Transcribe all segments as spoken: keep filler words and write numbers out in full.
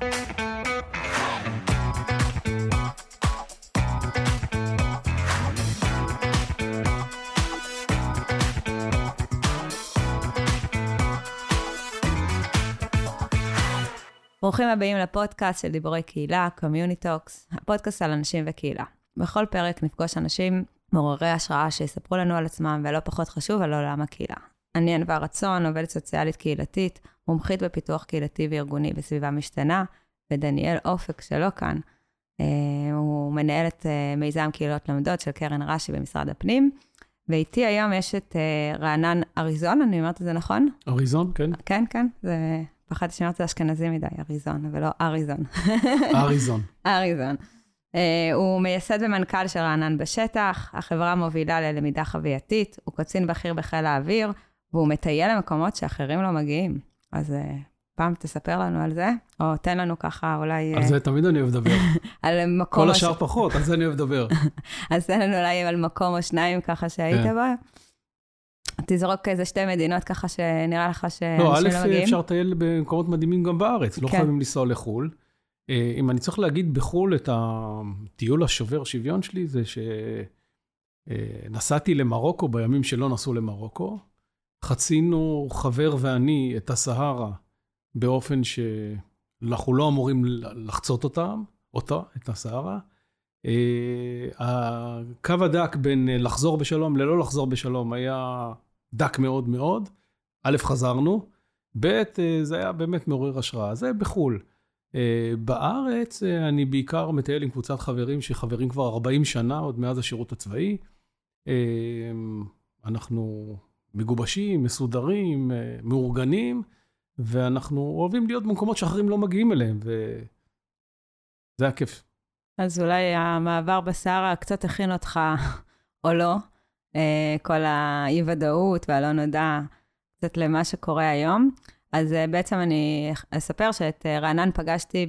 ברוכים הבאים לפודקאסט של דיבורי קהילה, Community Talks, הפודקאסט על אנשים וקהילה. בכל פרק נפגוש אנשים מעוררי השראה שיספרו לנו על עצמם, ולא פחות חשוב על עולם הקהילה. אני ענווה רצון, עובדת סוציאלית קהילתית, מומחית בפיתוח קהילתי וארגוני בסביבה משתנה, ודניאל אופק שלא כאן. הוא מנהל את מיזם קהילות לומדות של קרן רש"י במשרד הפנים, ואיתי היום יש את רענן אריזון, אני אומרת את זה נכון? אריזון, כן. כן, כן, זה... פחדתי שאומרת זה אשכנזי מדי, אריזון, ולא אריזון. אריזון. אריזון. הוא מייסד ומנכ"ל של רענן בשטח, החברה מובילה ללמידה חווייתית, הוא קצין בכיר בחיל האוויר, והוא מטייל למקומות שאחרים לא מגיעים. אז פעם תספר לנו על זה, או תן לנו ככה אולי... על זה תמיד אני אוהב לדבר. על מקום... כל השאר פחות, על זה אני אוהב לדבר. אז תן לנו אולי על מקום או שניים ככה שהיית בו. תזרוק איזה שתי מדינות ככה שנראה לך שאנשים לא מגיעים. לא, א', אפשר לטייל במקומות מדהימים גם בארץ, לא חייבים לנסוע לחול. אם אני צריך להגיד בחול את הטיול השובר שוויון שלי, זה שנסעתי למרוקו בימים שלא נסעו למרוקו, חצינו חבר ואני את הסהרה באופן שאנחנו לא אמורים לחצות אותם, אותה, את הסהרה. הקו הדק בין לחזור בשלום ללא לחזור בשלום היה דק מאוד מאוד. א', חזרנו, ב', זה היה באמת מעורר השראה. זה בחול. בארץ אני בעיקר מטייל עם קבוצת חברים שחברים כבר ארבעים שנה, עוד מאז השירות הצבאי. אנחנו מגובשים, מסודרים, מאורגנים, ואנחנו אוהבים להיות במקומות שאחרים לא מגיעים אליהם, וזה הכיף. אז אולי המעבר בסהרה קצת הכין אותך, או לא, כל האי-ודאות והלא נודע קצת למה שקורה היום. אז בעצם אני אספר שאת רענן פגשתי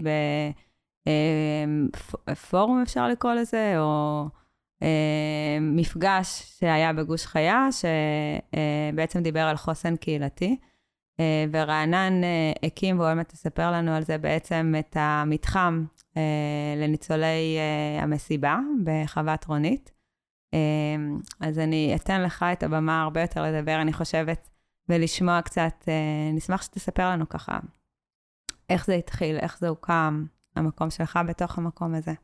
בפורום, אפשר לקרוא לזה, או מפגש שהיה בגוש חיה, שבעצם דיבר על חוסן קהילתי. ורענן הקים, והוא באמת תספר לנו על זה בעצם את המתחם לניצולי המסיבה בחוות רונית. אז אני אתן לך את הבמה הרבה יותר לדבר, אני חושבת, ולשמוע קצת, נשמח שתספר לנו ככה, איך זה התחיל, איך זה הוקם, המקום שלך בתוך המקום הזה.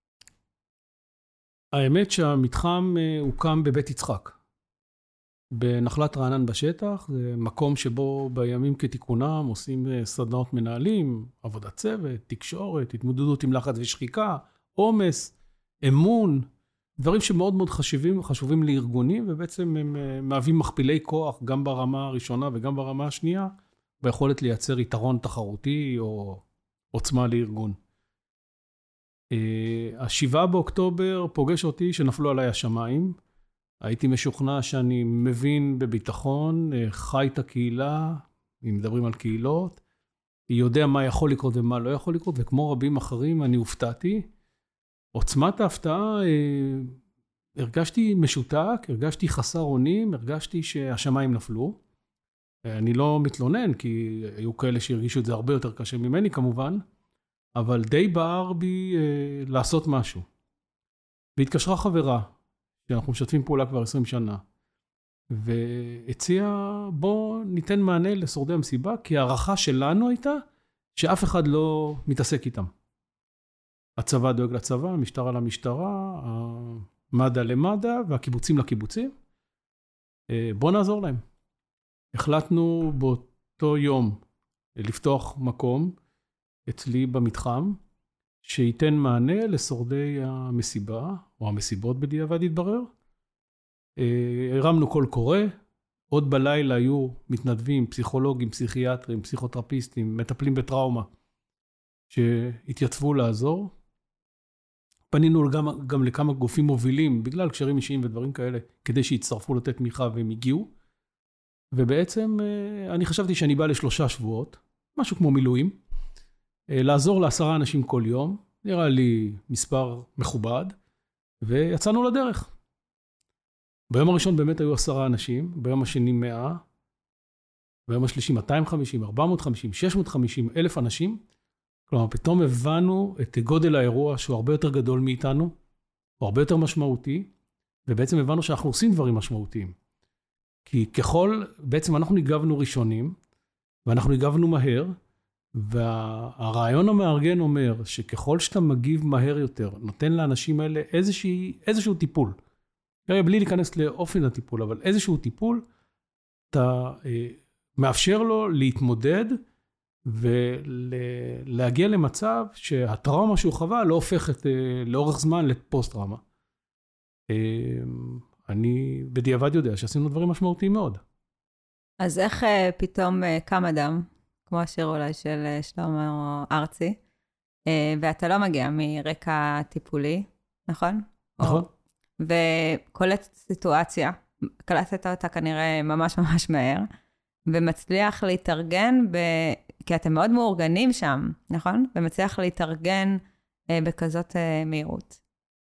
האמת שהמתחם הוקם בבית יצחק. בנחלת רענן בשטח, זה מקום שבו בימים כתיקונם עושים סדנאות מנהלים, עבודת צוות, תקשורת, התמודדות עם לחץ ושחיקה, עומס, אמון, דברים שמאוד מאוד חשובים, חשובים לארגונים, ובעצם הם מהווים מכפילי כוח גם ברמה הראשונה וגם ברמה השנייה, ביכולת לייצר יתרון תחרותי או עוצמה לארגון. השבעה באוקטובר פוגש אותי שנפלו עליי השמיים, הייתי משוכנע שאני מבין בביטחון, חי את הקהילה, אם מדברים על קהילות, יודע מה יכול לקרות ומה לא יכול לקרות, וכמו רבים אחרים אני הופתעתי. עוצמת ההפתעה, הרגשתי משותק, הרגשתי חסר אונים, הרגשתי שהשמיים נפלו. אני לא מתלונן, כי היו כאלה שהרגישו את זה הרבה יותר קשה ממני כמובן, אבל די בער בי לעשות משהו. והתקשרה חברה, שאנחנו משתפים פעולה כבר עשרים שנה, והציע בוא ניתן מענה לשורדי המסיבה, כי הערכה שלנו הייתה שאף אחד לא מתעסק איתם. הצבא דואג לצבא, המשטרה למשטרה, המד"א למד"א, והקיבוצים לקיבוצים. בוא נעזור להם. החלטנו באותו יום לפתוח מקום אצלי במתחם, שייתן מענה לשורדי המסיבה, או המסיבות בדיעבד התברר. הרמנו קול קורא, עוד בלילה היו מתנדבים, פסיכולוגים, פסיכיאטרים, פסיכותרפיסטים, מטפלים בטראומה, שהתייצבו לעזור. פנינו גם, גם לכמה גופים מובילים, בגלל קשרים אישיים ודברים כאלה, כדי שיצטרפו לתת תמיכה והם הגיעו. ובעצם אני חשבתי שאני בא לשלושה שבועות, משהו כמו מילואים, לעזור לעשרה אנשים כל יום, נראה לי מספר מכובד, ויצאנו לדרך. ביום הראשון באמת היו עשרה אנשים, ביום השני מאה, ביום השלישי מאתיים וחמישים, ארבע מאות וחמישים, שש מאות וחמישים אלף אנשים, כלומר, פתאום הבנו את גודל האירוע שהוא הרבה יותר גדול מאיתנו, הוא הרבה יותר משמעותי, ובעצם הבנו שאנחנו עושים דברים משמעותיים. כי ככל, בעצם אנחנו ניגבנו ראשונים, ואנחנו ניגבנו מהר, והרעיון המארגן אומר שככל שאתה מגיב מהר יותר, נותן לאנשים האלה איזושהי, איזשהו טיפול. בלי להיכנס לאופן הטיפול, אבל איזשהו טיפול, אתה אה, מאפשר לו להתמודד, ולהגיע למצב שהטראומה שהוא חווה לא הופכת אה, לאורך זמן לפוסט-טראומה. אה, אני בדיעבד יודע שעשינו דברים משמעותיים מאוד. אז איך אה, פתאום אה, קם אדם, כמו השיר אולי של אה, שלמה ארצי, אה, ואתה לא מגיע מרקע טיפולי, נכון? נכון. או, וקולט סיטואציה, קלטת אותה כנראה ממש ממש מהר, ומצליח להתארגן, ב... כי אתם מאוד מאורגנים שם, נכון? ומצליח להתארגן אה, בכזאת אה, מהירות.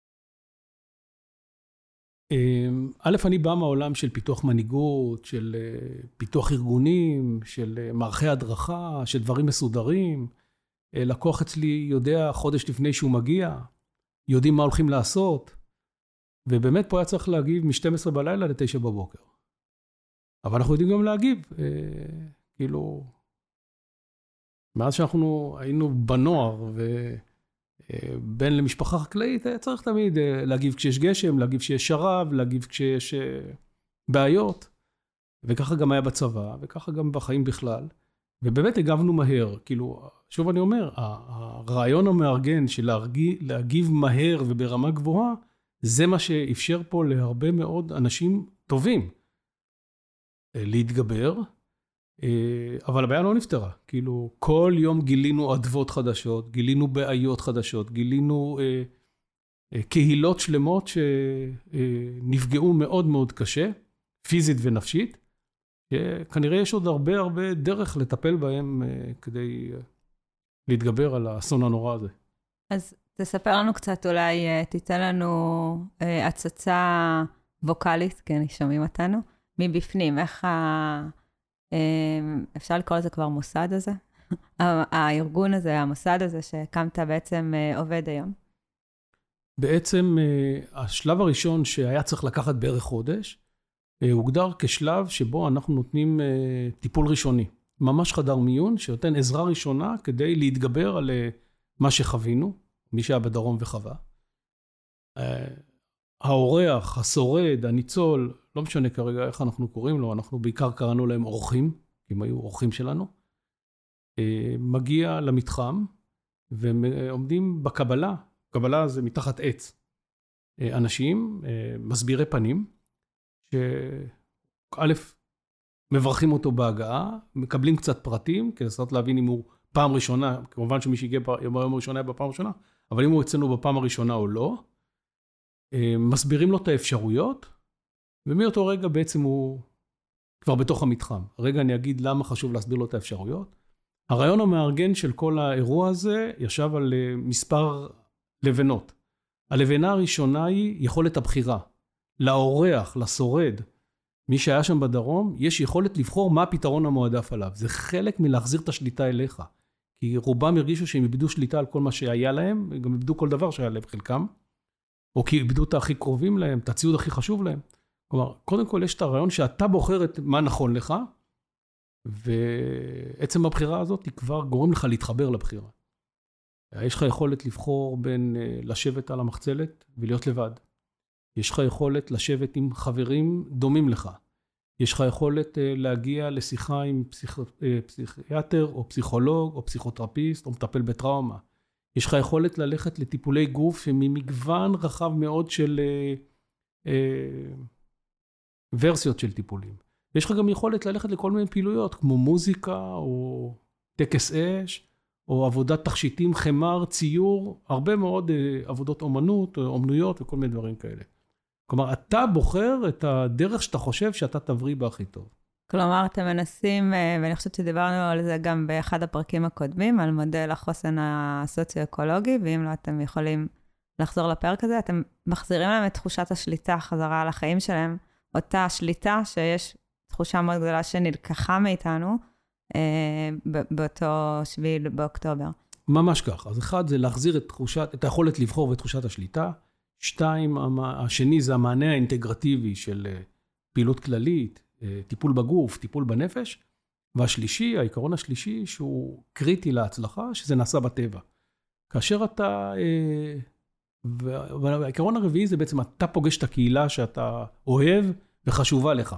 א', אני בא מהעולם של פיתוח מנהיגות, של פיתוח ארגונים, של מערכי הדרכה, של דברים מסודרים. לקוח אצלי יודע חודש לפני שהוא מגיע, יודעים מה הולכים לעשות, ובאמת פה היה צריך להגיב מ-שתים עשרה בלילה ל-תשע בבוקר. אבל אנחנו יודעים גם להגיב, אה, כאילו, מאז שאנחנו היינו בנוער ובן למשפחה חקלאית, צריך תמיד להגיב כשיש גשם, להגיב כשיש שרב, להגיב כשיש בעיות, וככה גם היה בצבא, וככה גם בחיים בכלל, ובאמת הגבנו מהר, כאילו, שוב אני אומר, הרעיון המארגן של להגיב, להגיב מהר וברמה גבוהה, זה מה שאפשר פה להרבה מאוד אנשים טובים להתגבר, אבל הבעיה לא נפתרה. כאילו, כל יום גילינו עדבות חדשות, גילינו בעיות חדשות, גילינו אה, אה, קהילות שלמות שנפגעו מאוד מאוד קשה, פיזית ונפשית. כנראה יש עוד הרבה הרבה דרך לטפל בהם אה, כדי אה, להתגבר על האסון הנורא הזה. אז תספר לנו קצת, אולי תיתן לנו אה, הצצה ווקלית, כן, שומעים אותנו, מבפנים, איך ה... אפשר לקרוא לזה כבר מוסד הזה? הארגון הזה, המוסד הזה שקמת בעצם עובד היום? בעצם השלב הראשון שהיה צריך לקחת בערך חודש, הוגדר כשלב שבו אנחנו נותנים טיפול ראשוני. ממש חדר מיון שנותן עזרה ראשונה כדי להתגבר על מה שחווינו, מי שהיה בדרום וחווה. האורח, השורד, הניצול, לא משנה כרגע איך אנחנו קוראים לו, אנחנו בעיקר קראנו להם אורחים, כי הם היו אורחים שלנו, מגיע למתחם, והם עומדים בקבלה, קבלה זה מתחת עץ, אנשים, מסבירי פנים, שא' מברכים אותו בהגעה, מקבלים קצת פרטים, כדי לנסות להבין אם הוא פעם ראשונה, כמובן שמי שהגיע ביום הראשונה היה בפעם הראשונה, אבל אם הוא אצלנו בפעם הראשונה או לא, מסבירים לו את האפשרויות, ומאותו רגע בעצם הוא כבר בתוך המתחם. רגע אני אגיד למה חשוב להסביר לו את האפשרויות. הרעיון המארגן של כל האירוע הזה ישב על מספר לבנות. הלבנה הראשונה היא יכולת הבחירה. לאורח, לשורד, מי שהיה שם בדרום, יש יכולת לבחור מה הפתרון המועדף עליו. זה חלק מלהחזיר את השליטה אליך. כי רובם הרגישו שהם איבדו שליטה על כל מה שהיה להם, גם איבדו כל דבר שהיה להם חלקם. או כי איבדו את הכי קרובים להם, את הציוד הכי חשוב להם. כלומר, קודם כל יש את הרעיון שאתה בוחר את מה נכון לך, ועצם הבחירה הזאת היא כבר גורם לך להתחבר לבחירה. יש לך יכולת לבחור בין לשבת על המחצלת ולהיות לבד. יש לך יכולת לשבת עם חברים דומים לך. יש לך יכולת להגיע לשיחה עם פסיכ... פסיכיאטר או פסיכולוג או פסיכותרפיסט או מטפל בטראומה. יש לך יכולת ללכת לטיפולי גוף ממגוון רחב מאוד של אה, אה, ורסיות של טיפולים. ויש לך גם יכולת ללכת לכל מיני פעילויות, כמו מוזיקה או טקס אש, או עבודת תכשיטים, חמר, ציור, הרבה מאוד אה, עבודות אומנות, אומנויות וכל מיני דברים כאלה. כלומר, אתה בוחר את הדרך שאתה חושב שאתה תבריא בה הכי טוב. כלומר, אתם מנסים, ואני חושבת שדיברנו על זה גם באחד הפרקים הקודמים, על מודל החוסן הסוציו-אקולוגי, ואם לא אתם יכולים לחזור לפרק הזה, אתם מחזירים להם את תחושת השליטה חזרה על החיים שלהם, אותה שליטה שיש תחושה מאוד גדולה שנלקחה מאיתנו, אה, באותו שביעי באוקטובר. ממש כך. אז אחד זה להחזיר את, תחושת, את היכולת לבחור ואת תחושת השליטה. שתיים, השני זה המענה האינטגרטיבי של פעילות כללית, טיפול בגוף, טיפול בנפש. והשלישי, העיקרון השלישי, שהוא קריטי להצלחה, שזה נעשה בטבע. כאשר אתה, והעיקרון הרביעי זה בעצם, אתה פוגש את הקהילה שאתה אוהב וחשובה לך.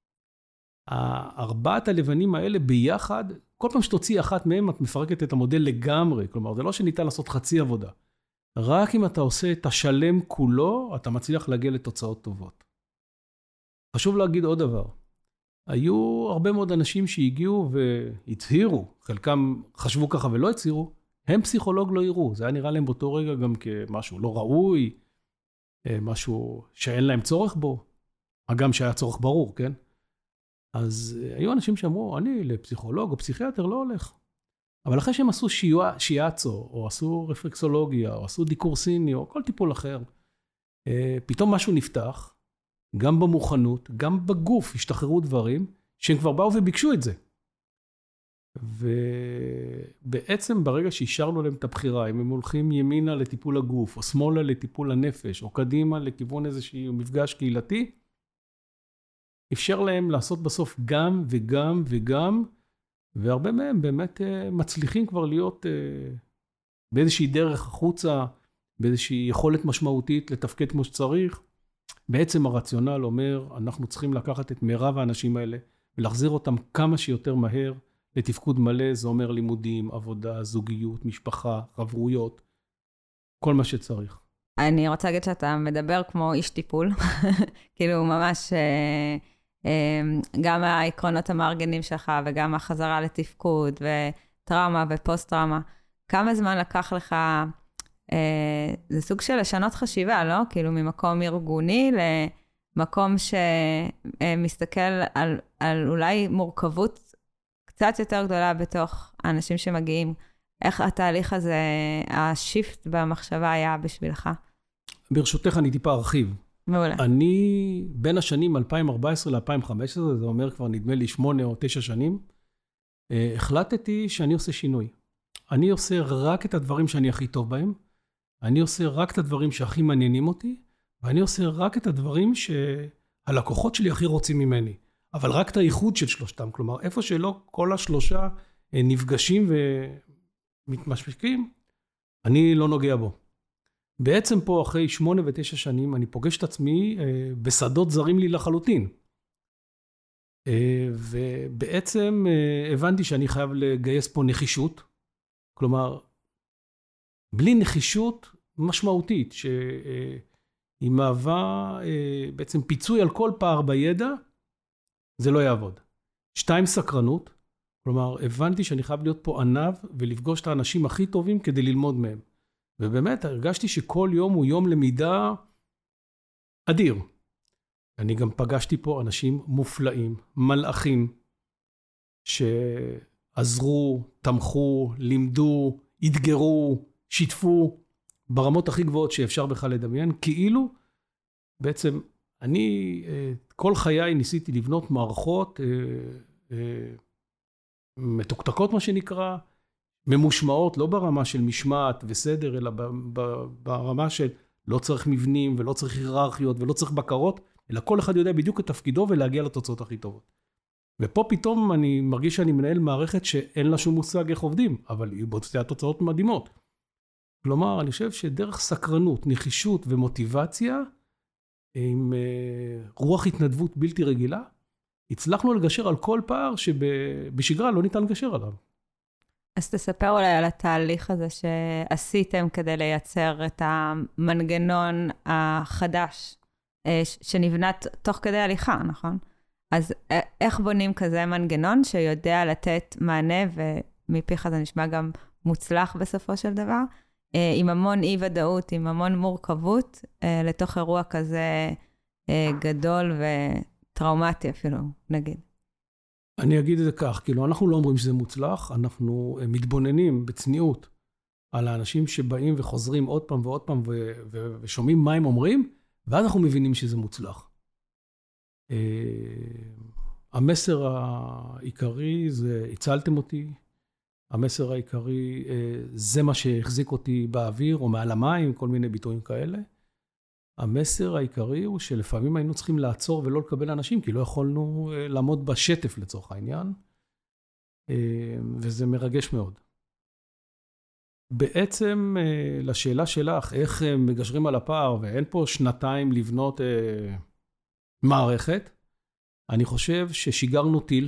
הארבעת הלבנים האלה ביחד, כל פעם שתוציא אחת מהם, את מפרקת את המודל לגמרי. כלומר, זה לא שניתן לעשות חצי עבודה. רק אם אתה עושה את השלם כולו, אתה מצליח להגיע לתוצאות טובות. חשוב להגיד עוד דבר. היו הרבה מאוד אנשים שהגיעו והצהירו, חלקם חשבו ככה ולא הצהירו, הם פסיכולוג לא יראו. זה היה נראה להם באותו רגע גם כמשהו לא ראוי, משהו שאין להם צורך בו, הגם שהיה צורך ברור, כן? אז היו אנשים שאמרו, אני לפסיכולוג או פסיכיאטר לא הולך. אבל אחרי שהם עשו שיאצו, או עשו רפלקסולוגיה, או עשו דיקור סיני, או כל טיפול אחר, פתאום משהו נפתח, גם במוכנות, גם בגוף השתחררו דברים, שהם כבר באו וביקשו את זה. ובעצם ברגע שהשארנו להם את הבחירה, אם הם הולכים ימינה לטיפול הגוף, או שמאלה לטיפול הנפש, או קדימה לכיוון איזשהו מפגש קהילתי, אפשר להם לעשות בסוף גם וגם וגם, והרבה מהם באמת מצליחים כבר להיות באיזושהי דרך החוצה, באיזושהי יכולת משמעותית לתפקד כמו שצריך. בעצם הרציונל אומר, אנחנו צריכים לקחת את מירב האנשים האלה, ולהחזיר אותם כמה שיותר מהר לתפקוד מלא. זה אומר לימודים, עבודה, זוגיות, משפחה, חברויות, כל מה שצריך. אני רוצה להגיד שאתה מדבר כמו איש טיפול, כאילו ממש גם העקרונות המארגנים שלך, וגם החזרה לתפקוד, וטראומה ופוסט-טראומה. כמה זמן לקח לך, זה סוג של לשנות חשיבה, לא? כאילו ממקום ארגוני למקום שמסתכל על, על אולי מורכבות קצת יותר גדולה בתוך האנשים שמגיעים. איך התהליך הזה, השיפט במחשבה היה בשבילך? ברשותך אני טיפה ארחיב. מעולה. אני בין השנים אלפיים וארבע עשרה ל-אלפיים וחמש עשרה, זה אומר כבר נדמה לי שמונה או תשע שנים, החלטתי שאני עושה שינוי. אני עושה רק את הדברים שאני הכי טוב בהם, אני עושה רק את הדברים שהכי מעניינים אותי, ואני עושה רק את הדברים שהלקוחות שלי הכי רוצים ממני. אבל רק את הייחוד של שלושתם, כלומר, איפה שלא כל השלושה נפגשים ומתמשקים, אני לא נוגע בו. בעצם פה אחרי שמונה ותשע שנים, אני פוגש את עצמי בשדות זרים לי לחלוטין. ובעצם הבנתי שאני חייב לגייס פה נחישות, כלומר, בלי נחישות משמעותית, שהיא מהווה בעצם פיצוי על כל פער בידע, זה לא יעבוד. שתיים, סקרנות, כלומר, הבנתי שאני חייב להיות פה ענב, ולפגוש את האנשים הכי טובים כדי ללמוד מהם. ובאמת, הרגשתי שכל יום הוא יום למידה אדיר. אני גם פגשתי פה אנשים מופלאים, מלאכים, שעזרו, תמכו, לימדו, התגרו, שיתפו, ברמות הכי גבוהות שאפשר בכלל לדמיין, כאילו, בעצם, אני, כל חיי ניסיתי לבנות מערכות מתוקתקות, מה שנקרא, ממושמעות, לא ברמה של משמעת וסדר, אלא ברמה של לא צריך מבנים ולא צריך היררכיות ולא צריך בקרות, אלא כל אחד יודע בדיוק את תפקידו ולהגיע לתוצאות הכי טובות. ופה פתאום אני מרגיש שאני מנהל מערכת שאין לה שום מושג איך עובדים, אבל היא מוציאה תוצאות מדהימות. כלומר, אני חושב שדרך סקרנות, נחישות ומוטיבציה, עם רוח התנדבות בלתי רגילה, הצלחנו לגשר על כל פער שבשגרה לא ניתן לגשר עליו. אז תספר אולי על התהליך הזה שעשיתם כדי לייצר את המנגנון החדש, שנבנת תוך כדי הליכה, נכון? אז איך בונים כזה מנגנון שיודע לתת מענה, ומפיך זה נשמע גם מוצלח בסופו של דבר, עם המון אי ודאות, עם המון מורכבות, לתוך אירוע כזה גדול וטראומטי אפילו, נגיד. אני אגיד את זה כך, כאילו אנחנו לא אומרים שזה מוצלח, אנחנו מתבוננים בצניעות על האנשים שבאים וחוזרים עוד פעם ועוד פעם ו- ו- ושומעים מה הם אומרים, ואז אנחנו מבינים שזה מוצלח. המסר העיקרי זה, הצלתם אותי, המסר העיקרי, זה מה שהחזיק אותי באוויר, או מעל המים, כל מיני ביטויים כאלה. המסר העיקרי הוא שלפעמים היינו צריכים לעצור ולא לקבל אנשים, כי לא יכולנו לעמוד בשטף לצורך העניין, וזה מרגש מאוד. בעצם לשאלה שלך, איך מגשרים על הפער, ואין פה שנתיים לבנות מערכת, אני חושב ששיגרנו טיל,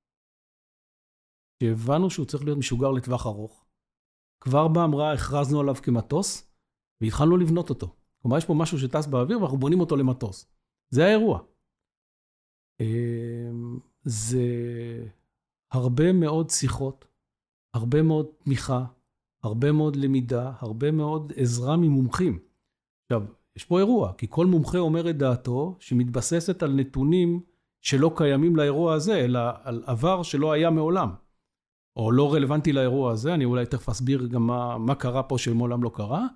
שהבנו שהוא צריך להיות משוגר לטווח ארוך. כבר בהמראה הכרזנו עליו כמטוס, והתחלנו לבנות אותו. כלומר, יש פה משהו שטס באוויר, ואנחנו בונים אותו למטוס. זה האירוע. זה הרבה מאוד שיחות, הרבה מאוד תמיכה, הרבה מאוד למידה, הרבה מאוד עזרה ממומחים. עכשיו, יש פה אירוע, כי כל מומחה אומר את דעתו, שמתבססת על נתונים שלא קיימים לאירוע הזה, אלא על עבר שלא היה מעולם. או לא רלוונטי לאירוע הזה, אני אולי תכף אסביר גם מה, מה קרה פה שמעולם לא קרה,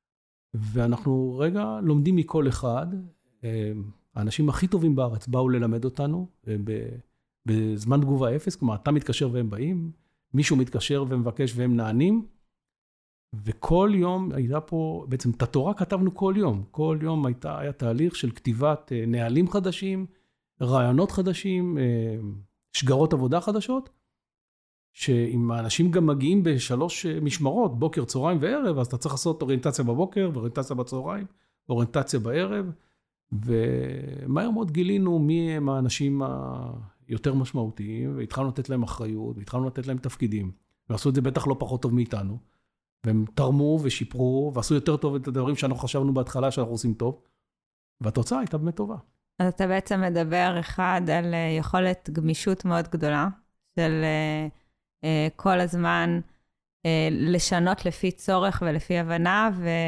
ואנחנו רגע לומדים מכל אחד, האנשים הכי טובים בארץ באו ללמד אותנו, בזמן תגובה אפס, כלומר, אתה מתקשר והם באים, מישהו מתקשר ומבקש והם נענים, וכל יום הייתה פה, בעצם את התורה כתבנו כל יום, כל יום הייתה, היה תהליך של כתיבת נהלים חדשים, רעיונות חדשים, שגרות עבודה חדשות, שאם האנשים גם מגיעים בשלוש משמרות, בוקר, צהריים וערב, אז אתה צריך לעשות אוריינטציה בבוקר, ואוריינטציה בצהריים, ואוריינטציה בערב, ומהר מאוד גילינו מי הם האנשים היותר משמעותיים, והתחלנו לתת להם אחריות, והתחלנו לתת להם תפקידים, ועשו את זה בטח לא פחות טוב מאיתנו, והם תרמו ושיפרו, ועשו יותר טוב את הדברים שאנחנו חשבנו בהתחלה שאנחנו עושים טוב, והתוצאה הייתה באמת טובה. אז אתה בעצם מדבר אחד על יכולת גמישות מאוד גדולה, של כל הזמן לשנות לפי צורך ולפי הבנה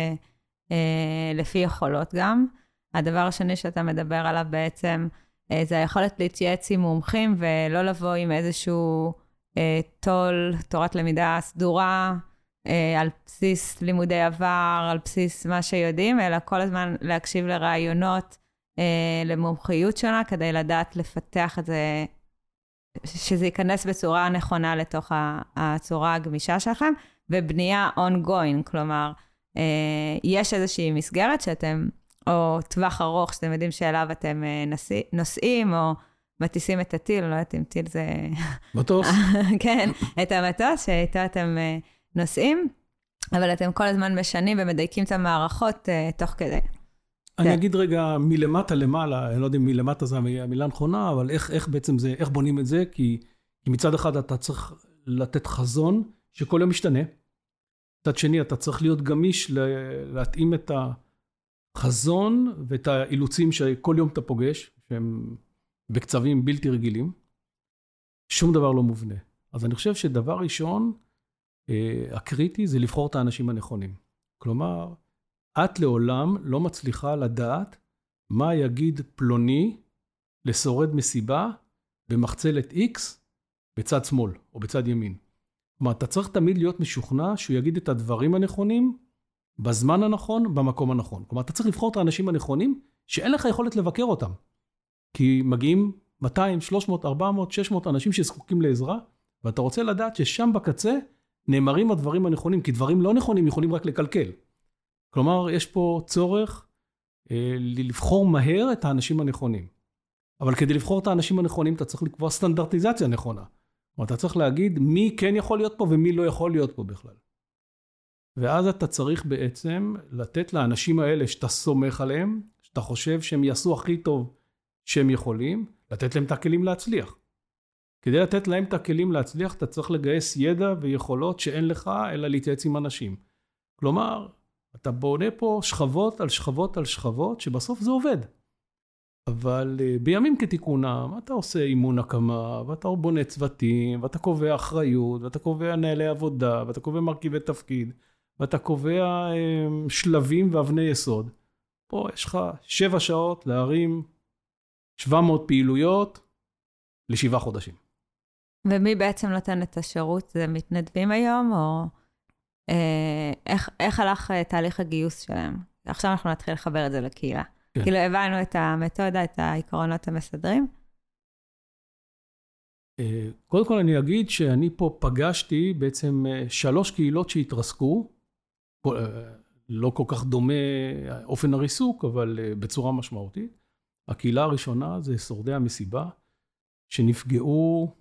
ולפי יכולות גם. הדבר השני שאתה מדבר עליו בעצם זה היכולת להתייעץ עם מומחים ולא לבוא עם איזשהו תול, תורת למידה סדורה על בסיס לימודי עבר, על בסיס מה שיודעים, אלא כל הזמן להקשיב לרעיונות, למומחיות שונה כדי לדעת לפתח את זה, שזה ייכנס בצורה נכונה לתוך הצורה הגמישה שלכם, ובנייה ongoing, כלומר, יש איזושהי מסגרת שאתם, או טווח ארוך שאתם יודעים שאליו אתם נוסעים, או מטיסים את הטיל, לא יודעת אם טיל זה... מטוס. כן, את המטוס שאיתו אתם נוסעים, אבל אתם כל הזמן משנים ומדייקים את המערכות תוך כדי. אני אגיד רגע מלמטה למעלה, אני לא יודע אם מלמטה זה המילה נכונה, אבל איך, איך בעצם זה, איך בונים את זה? כי, כי מצד אחד אתה צריך לתת חזון שכל יום משתנה. מצד שני, אתה צריך להיות גמיש להתאים את החזון ואת האילוצים שכל יום אתה פוגש, שהם בקצבים בלתי רגילים. שום דבר לא מובנה. אז אני חושב שדבר ראשון, הקריטי זה לבחור את האנשים הנכונים. כלומר, את לעולם לא מצליחה לדעת מה יגיד פלוני לשורד מסיבה במחצלת X בצד שמאל או בצד ימין. כלומר, אתה צריך תמיד להיות משוכנע שהוא יגיד את הדברים הנכונים בזמן הנכון, במקום הנכון. כלומר, אתה צריך לבחור את האנשים הנכונים שאין לך יכולת לבקר אותם. כי מגיעים מאתיים, שלוש מאות, ארבע מאות, שש מאות אנשים שזקוקים לעזרה, ואתה רוצה לדעת ששם בקצה נאמרים הדברים הנכונים, כי דברים לא נכונים יכולים רק לקלקל. כלומר, יש פה צורך אה, לבחור מהר את האנשים הנכונים. אבל כדי לבחור את האנשים הנכונים, אתה צריך לקבוע סטנדרטיזציה נכונה. כלומר, אתה צריך להגיד מי כן יכול להיות פה ומי לא יכול להיות פה בכלל. ואז אתה צריך בעצם לתת לאנשים האלה שאתה סומך עליהם, שאתה חושב שהם יעשו הכי טוב שהם יכולים, לתת להם את הכלים להצליח. כדי לתת להם את הכלים להצליח, אתה צריך לגייס ידע ויכולות שאין לך, אלא להתייעץ עם אנשים. כלומר, אתה בונה פה שכבות על שכבות על שכבות, שבסוף זה עובד. אבל בימים כתיקונם, אתה עושה אימון הקמה, ואתה בונה צוותים, ואתה קובע אחריות, ואתה קובע נהלי עבודה, ואתה קובע מרכיבי תפקיד, ואתה קובע שלבים ואבני יסוד. פה יש לך שבע שעות להרים שבע מאות פעילויות לשבעה חודשים. ומי בעצם נותן את השירות? זה מתנדבים היום, או אה, איך, איך הלך תהליך הגיוס שלהם? עכשיו אנחנו נתחיל לחבר את זה לקהילה. כן. כאילו הבנו את המתודה, את העקרונות המסדרים. קודם כל אני אגיד שאני פה פגשתי בעצם שלוש קהילות שהתרסקו, לא כל כך דומה אופן הריסוק, אבל בצורה משמעותית. הקהילה הראשונה זה שורדי המסיבה, שנפגעו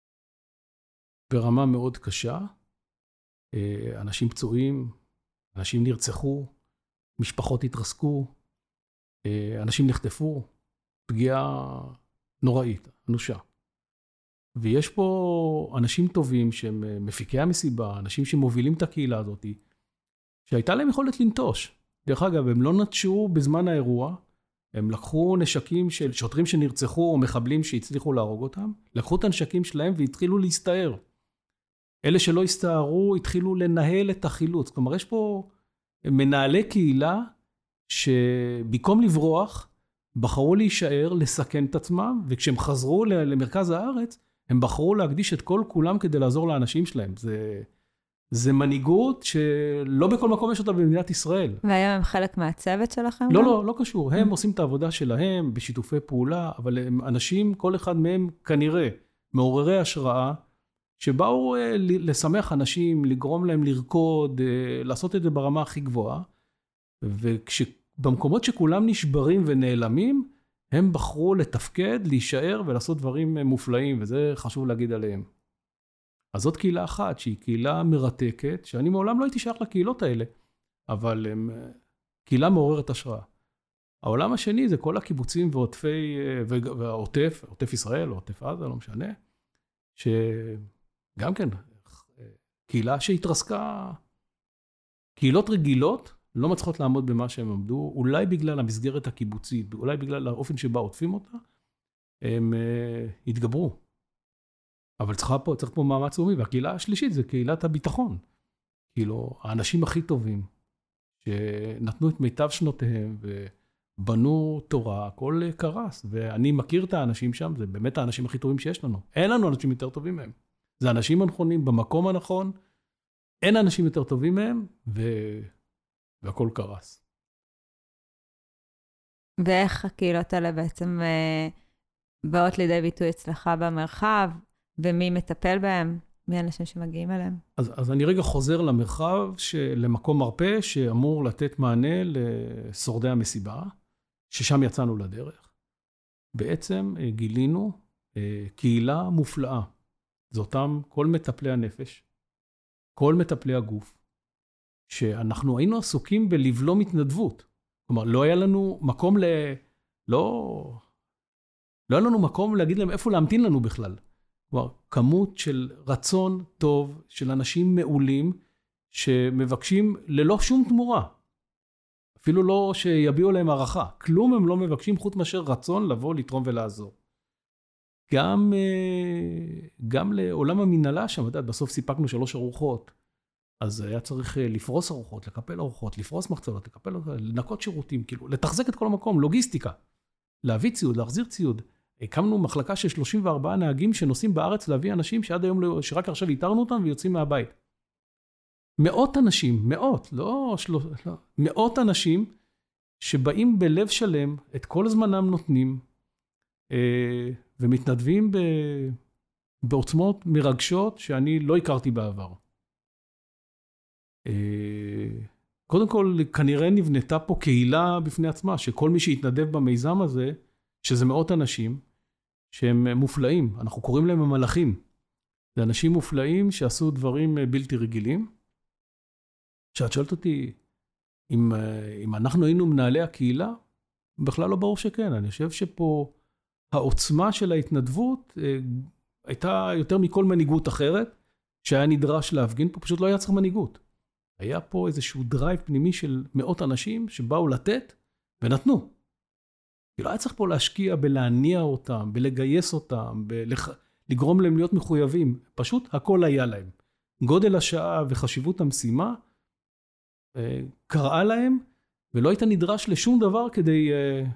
ברמה מאוד קשה. אנשים פצועים, אנשים נרצחו, משפחות התרסקו, אנשים נחטפו, פגיעה נוראית, אנושה. ויש פה אנשים טובים שהם מפיקי המסיבה, אנשים שמובילים את הקהילה הזאת, שהייתה להם יכולת לנטוש. דרך אגב, הם לא נטשו בזמן האירוע, הם לקחו נשקים של שוטרים שנרצחו או מחבלים שהצליחו להרוג אותם, לקחו את הנשקים שלהם והתחילו להסתער. אלה שלא הסתערו התחילו לנהל את החילוץ. כלומר, יש פה מנהלי קהילה שבמקום לברוח, בחרו להישאר, לסכן את עצמם, וכשהם חזרו למרכז הארץ, הם בחרו להקדיש את כל כולם כדי לעזור לאנשים שלהם. זה, זה מנהיגות שלא בכל מקום יש אותה במדינת ישראל. והיום הם חלק מהצוות שלכם? לא, לא, לא קשור. הם עושים את העבודה שלהם בשיתופי פעולה, אבל הם אנשים, כל אחד מהם כנראה מעוררי השראה, שבאו לשמח אנשים, לגרום להם לרקוד, לעשות את זה ברמה הכי גבוהה, ובמקומות שכולם נשברים ונעלמים, הם בחרו לתפקד, להישאר ולעשות דברים מופלאים, וזה חשוב להגיד עליהם. אז זאת קהילה אחת, שהיא קהילה מרתקת, שאני מעולם לא הייתי שייך לקהילות האלה, אבל הם, קהילה מעוררת השראה. העולם השני זה כל הקיבוצים ועוטפי, והעוטף, עוטף ישראל, עוטף עזה, לא משנה, שגם כן, קהילה שהתרסקה, קהילות רגילות, לא מצליחות לעמוד במה שהם עמדו, אולי בגלל המסגרת הקיבוצית, אולי בגלל האופן שבה עוטפים אותה, הם uh, התגברו. אבל צריך פה, צריך פה מאמץ לאומי, והקהילה השלישית זה קהילת הביטחון. כאילו, האנשים הכי טובים, שנתנו את מיטב שנותיהם, ובנו תורה, הכל קרס. ואני מכיר את האנשים שם, זה באמת האנשים הכי טובים שיש לנו. אין לנו אנשים יותר טובים מהם. זה אנשים הנכונים במקום הנכון, אין אנשים יותר טובים מהם, ו... והכל קרס. ואיך הקהילות האלה בעצם אה, באות לידי ביטוי אצלך במרחב, ומי מטפל בהם? מי האנשים שמגיעים אליהם? אז, אז אני רגע חוזר למרחב, למקום מרפא, שאמור לתת מענה לשורדי המסיבה, ששם יצאנו לדרך. בעצם אה, גילינו אה, קהילה מופלאה. זה אותם כל מטפלי הנפש, כל מטפלי הגוף, שאנחנו היינו עסוקים בלבלום התנדבות. כלומר, לא היה לנו מקום ל... לא... לא היה לנו מקום להגיד להם איפה להמתין לנו בכלל. כלומר, כמות של רצון טוב, של אנשים מעולים, שמבקשים ללא שום תמורה. אפילו לא שיביעו להם הערכה. כלום הם לא מבקשים חוץ מאשר רצון לבוא, לתרום ולעזור. גם, גם לעולם המנהלה שם, בסוף סיפקנו שלוש ארוחות. אז היה צריך לפרוס ארוחות, לקפל ארוחות, לפרוס מחצלות, לקפל, לנקות שירותים, כאילו, לתחזק את כל המקום, לוגיסטיקה. להביא ציוד, להחזיר ציוד. הקמנו מחלקה של שלושים וארבעה נהגים שנוסעים בארץ להביא אנשים שעד היום, שרק עכשיו איתרנו אותם ויוצאים מהבית. מאות אנשים, מאות, לא, שלוש, לא, מאות אנשים שבאים בלב שלם, את כל זמנם נותנים, אה, ומתנדבים ב, בעוצמות מרגשות שאני לא הכרתי בעבר. קודם כל, כנראה נבנתה פה קהילה בפני עצמה, שכל מי שהתנדב במיזם הזה, שזה מאות אנשים, שהם מופלאים, אנחנו קוראים להם המלאכים. זה אנשים מופלאים שעשו דברים בלתי רגילים. שאת שואלת אותי, אם, אם אנחנו היינו מנהלי הקהילה, בכלל לא ברור שכן. אני חושב שפה העוצמה של ההתנדבות הייתה יותר מכל מנהיגות אחרת, שהיה נדרש להפגין פה, פשוט לא היה צריך מנהיגות. היה פה איזשהו דרייב פנימי של מאות אנשים שבאו לתת ונתנו. לא היה צריך פה להשקיע בלהניע אותם, בלגייס אותם, לגרום להם להיות מחויבים. פשוט הכל היה להם. גודל השעה וחשיבות המשימה קראה להם, ולא היית נדרש לשום דבר כדי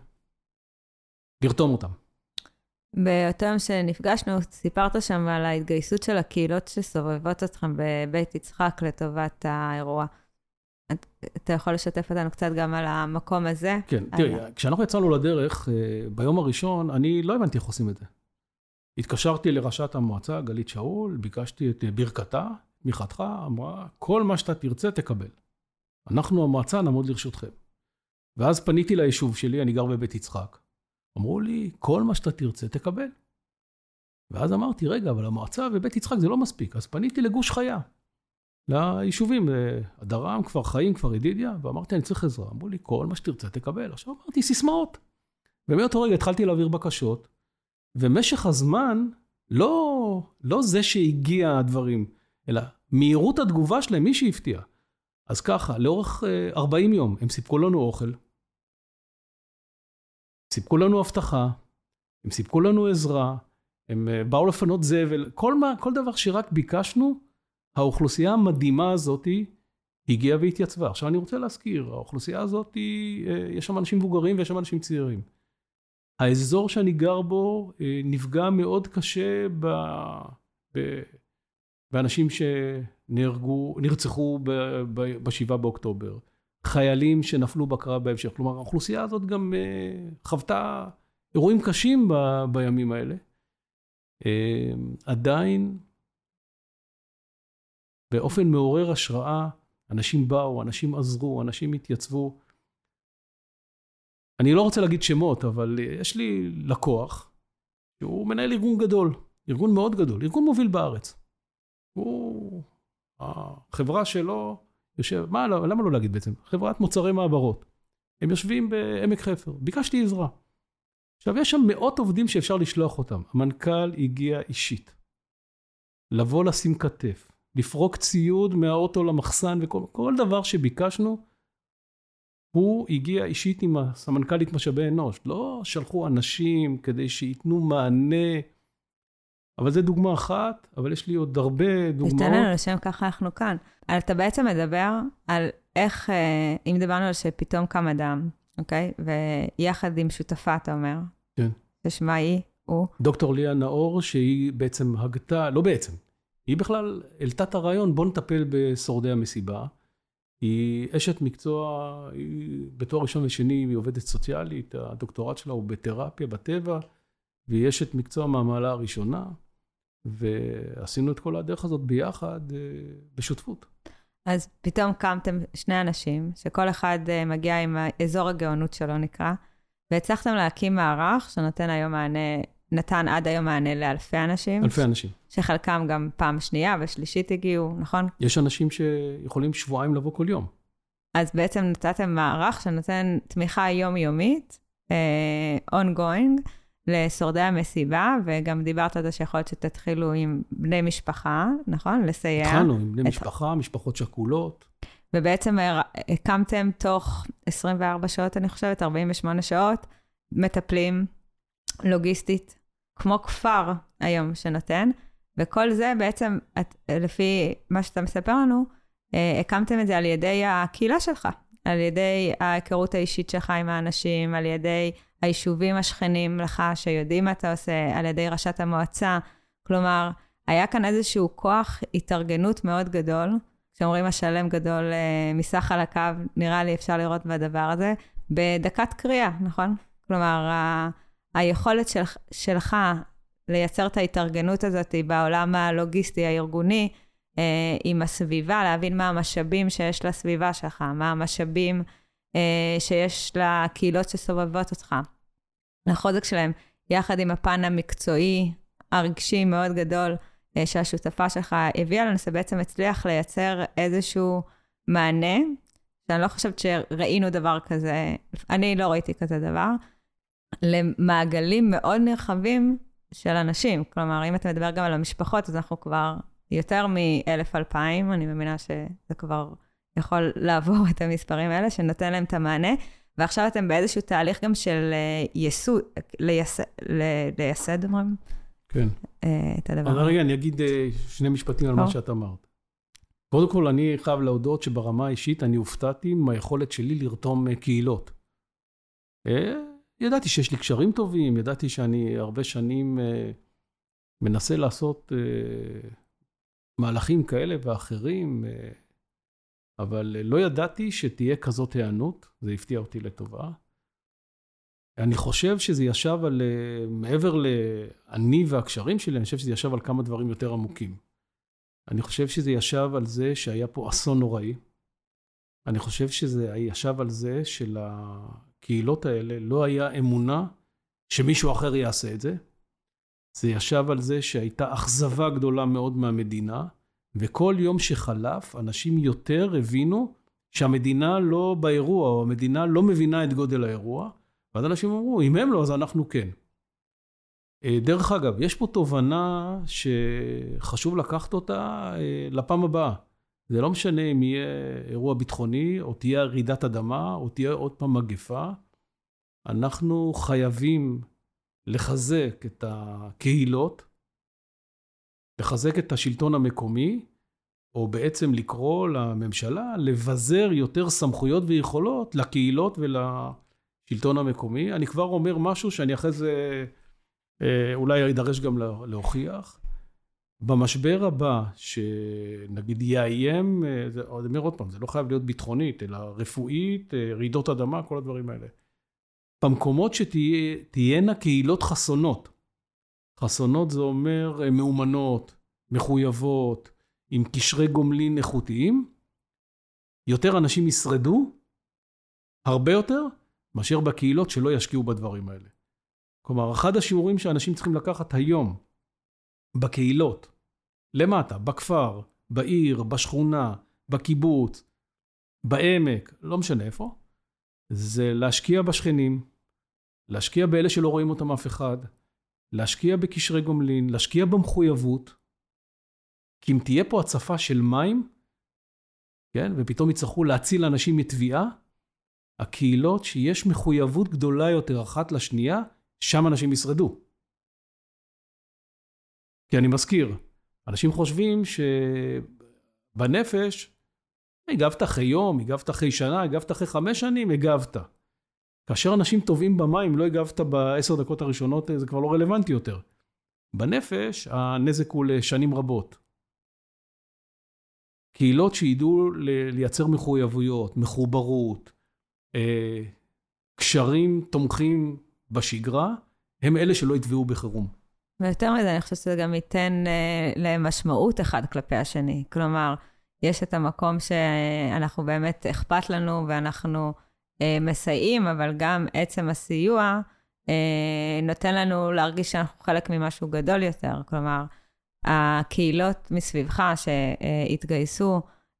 לרתום אותם. באותו יום שנפגשנו, סיפרת שם על ההתגייסות של הקהילות שסובבות אתכם בבית יצחק לטובת האירוע. אתה יכול לשתף אותנו קצת גם על המקום הזה? כן, תראי, כשאנחנו יצאנו לדרך, ביום הראשון, אני לא הבנתי איך עושים את זה. התקשרתי לראשת המועצה, גלית שאול, ביקשתי את ברכתה, תמיכתך, אמרה, כל מה שאתה תרצה תקבל. אנחנו המועצה נעמוד לרשותכם. ואז פניתי ליישוב שלי, אני גר בבית יצחק. אמרו לי, כל מה שאתה תרצה תקבל. ואז אמרתי, רגע, אבל המועצה ובית יצחק זה לא מספיק. אז פניתי לגוש חיה, ליישובים, הדרם, כפר חיים, כפר ידידיה, ואמרתי, אני צריך עזרה. אמרו לי, כל מה שתרצה תקבל. עכשיו אמרתי, סיסמאות. ומאותו רגע התחלתי להעביר בקשות, ומשך הזמן, לא, לא זה שהגיע הדברים, אלא מהירות התגובה שלהם, מי שהפתיע. אז ככה, לאורך ארבעים יום, הם סיפקו לנו אוכל, סיפקו לנו הבטחה, הם סיפקו לנו עזרה, הם באו לפנות זבל, כל, מה, כל דבר שרק ביקשנו, האוכלוסייה המדהימה הזאת הגיעה והתייצבה. עכשיו אני רוצה להזכיר, האוכלוסייה הזאת, יש שם אנשים מבוגרים ויש שם אנשים צעירים. האזור שאני גר בו נפגע מאוד קשה ב, ב, באנשים שנהרגו, נרצחו ב, ב, בשבעה באוקטובר. חיילים שנפלו בקרב בהמשך. כלומר, האוכלוסייה הזאת גם חוותה אירועים קשים ב, בימים האלה. עדיין, באופן מעורר השראה, אנשים באו, אנשים עזרו, אנשים התייצבו. אני לא רוצה להגיד שמות, אבל יש לי לקוח, שהוא מנהל ארגון גדול, ארגון מאוד גדול, ארגון מוביל בארץ. הוא, החברה שלו יושב, מה, למה לא להגיד בעצם? חברת מוצרי מעברות. הם יושבים בעמק חפר, ביקשתי עזרה. עכשיו, יש שם מאות עובדים שאפשר לשלוח אותם. המנכ"ל הגיע אישית, לבוא לשים כתף, לפרוק ציוד מהאוטו למחסן, וכל כל דבר שביקשנו, הוא הגיע אישית עם הסמנכ"לית משאבי אנוש. לא שלחו אנשים כדי שיתנו מענה, אבל זה דוגמה אחת, אבל יש לי עוד הרבה דוגמאות. ניתן לנו לשם ככה אנחנו כאן. אתה בעצם מדבר על איך, אם דיברנו על שפתאום קם אדם, אוקיי? ויחד עם שותפה, אתה אומר. כן. ששמה היא, הוא. דוקטור ליה נאור, שהיא בעצם הגתה, לא בעצם, היא בכלל העלתה את הרעיון, בוא נטפל בשורדי המסיבה. היא אשת מקצוע, היא בתואר ראשון ושני, היא עובדת סוציאלית, הדוקטורט שלה הוא בתרפיה, בטבע, והיא אשת מקצוע מהמעלה הראשונה, ועשינו את כל הדרך הזאת ביחד, בשותפות. אז פתאום קמתם שני אנשים, שכל אחד מגיע עם אזור הגאונות שלו נקרא, והצלחתם להקים מערך שנותן היום מענה, נתן עד היום מענה לאלפי אנשים. אלפי אנשים. שחלקם גם פעם שנייה ושלישית הגיעו, נכון? יש אנשים שיכולים שבועיים לבוא כל יום. אז בעצם נתתם מערך שנותן תמיכה יומיומית, ongoing, לשורדי המסיבה, וגם דיברת על זה שיכול להיות שתתחילו עם בני משפחה, נכון? לסייע. התחלנו עם בני משפחה, משפחות שכולות. ובעצם הקמתם תוך עשרים וארבע שעות, אני חושבת, ארבעים ושמונה שעות, מטפלים לוגיסטית, כמו כפר היום שנותן, וכל זה בעצם, את, לפי מה שאתה מספר לנו, הקמתם את זה על ידי הקהילה שלך, על ידי ההיכרות האישית שלך עם האנשים, על ידי היישובים השכנים לך שיודעים מה אתה עושה, על ידי ראשת המועצה. כלומר, היה כאן איזשהו כוח התארגנות מאוד גדול, כשאומרים השלם גדול מסך על הקו, נראה לי אפשר לראות בדבר הזה, בדקת קריאה, נכון? כלומר, ה- היכולת של, שלך לייצר את ההתארגנות הזאת בעולם הלוגיסטי, הארגוני, אה, עם הסביבה, להבין מה המשאבים שיש לסביבה שלך, מה המשאבים אה, שיש לקהילות שסובבות אותך. לחוזק שלהם, יחד עם הפן המקצועי, הרגשי מאוד גדול, אה, שהשותפה שלך הביאה לנו, שבעצם הצליח לייצר איזשהו מענה, שאני לא חושבת שראינו דבר כזה, אני לא ראיתי כזה דבר, למעגלים מאוד נרחבים של אנשים. כלומר, אם אתה מדבר גם על המשפחות, אז אנחנו כבר יותר מאלף אלפיים, אני מאמינה שזה כבר יכול לעבור את המספרים האלה, שנותן להם את המענה, ועכשיו אתם באיזשהו תהליך גם של ייסוד, לייסד, לייסד, אומרים? כן. את הדבר. אבל רגע, אני אגיד שני משפטים על מה שאת אמרת. קודם כל, אני חייב להודות שברמה האישית, אני הופתעתי מהיכולת שלי לרתום קהילות. ידעתי שיש לי קשרים טובים, ידעתי שאני הרבה שנים מנסה לעשות מהלכים כאלה ואחרים, אבל לא ידעתי שתהיה כזאת הענות, זה הפתיע אותי לטובה. אני חושב שזה ישב על, מעבר לעני והקשרים שלי, אני חושב שזה ישב על כמה דברים יותר עמוקים. אני חושב שזה ישב על זה שהיה פה אסון נוראי. אני חושב שזה ישב על זה שלקהילות האלה לא היה אמונה שמישהו אחר יעשה את זה. זה ישב על זה שהייתה אכזבה גדולה מאוד מהמדינה, וכל יום שחלף, אנשים יותר הבינו שהמדינה לא באירוע, או המדינה לא מבינה את גודל האירוע, ואז אנשים אמרו, אם הם לא, אז אנחנו כן. דרך אגב, יש פה תובנה שחשוב לקחת אותה לפעם הבאה. זה לא משנה אם יהיה אירוע ביטחוני, או תהיה רעידת אדמה, או תהיה עוד פעם מגפה. אנחנו חייבים לחזק את הקהילות, לחזק את השלטון המקומי, או בעצם לקרוא לממשלה, לבזר יותר סמכויות ויכולות לקהילות ולשלטון המקומי. אני כבר אומר משהו שאני אחרי זה אולי יידרש גם להוכיח. במשבר הבא, שנגיד יאיים, אני אומר עוד פעם, זה לא חייב להיות ביטחונית, אלא רפואית, רעידות אדמה, כל הדברים האלה. במקומות שתהיינה קהילות חסונות. חסונות זה אומר מאומנות, מחויבות, עם קשרי גומלין איכותיים, יותר אנשים ישרדו, הרבה יותר, מאשר בקהילות שלא ישקיעו בדברים האלה. כלומר, אחד השיעורים שאנשים צריכים לקחת היום, בקהילות, למטה, בכפר, בעיר, בשכונה, בקיבוץ, בעמק, לא משנה איפה, זה להשקיע בשכנים, להשקיע באלה שלא רואים אותם אף אחד, להשקיע בקשרי גומלין, להשקיע במחויבות, כי אם תהיה פה הצפה של מים, כן, ופתאום יצטרכו להציל אנשים מטביעה, הקהילות שיש מחויבות גדולה יותר אחת לשנייה, שם אנשים ישרדו. כי אני מזכיר, אנשים חושבים שבנפש, הגבת אחרי יום, הגבת אחרי שנה, הגבת אחרי חמש שנים, הגבת. כאשר אנשים טובים במים, לא הגבת בעשר דקות הראשונות, זה כבר לא רלוונטי יותר. בנפש, הנזק הוא לשנים רבות. קהילות שידעו לייצר מחויבויות, מחוברות, קשרים תומכים בשגרה, הם אלה שלא יתבעו בחירום. ויותר מזה, אני חושבת שזה גם ייתן למשמעות אחד כלפי השני. כלומר, יש את המקום שאנחנו באמת אכפת לנו ואנחנו מסייעים, אבל גם עצם הסיוע נותן לנו להרגיש שאנחנו חלק ממשהו גדול יותר. כלומר, הקהילות מסביבך שהתגייסו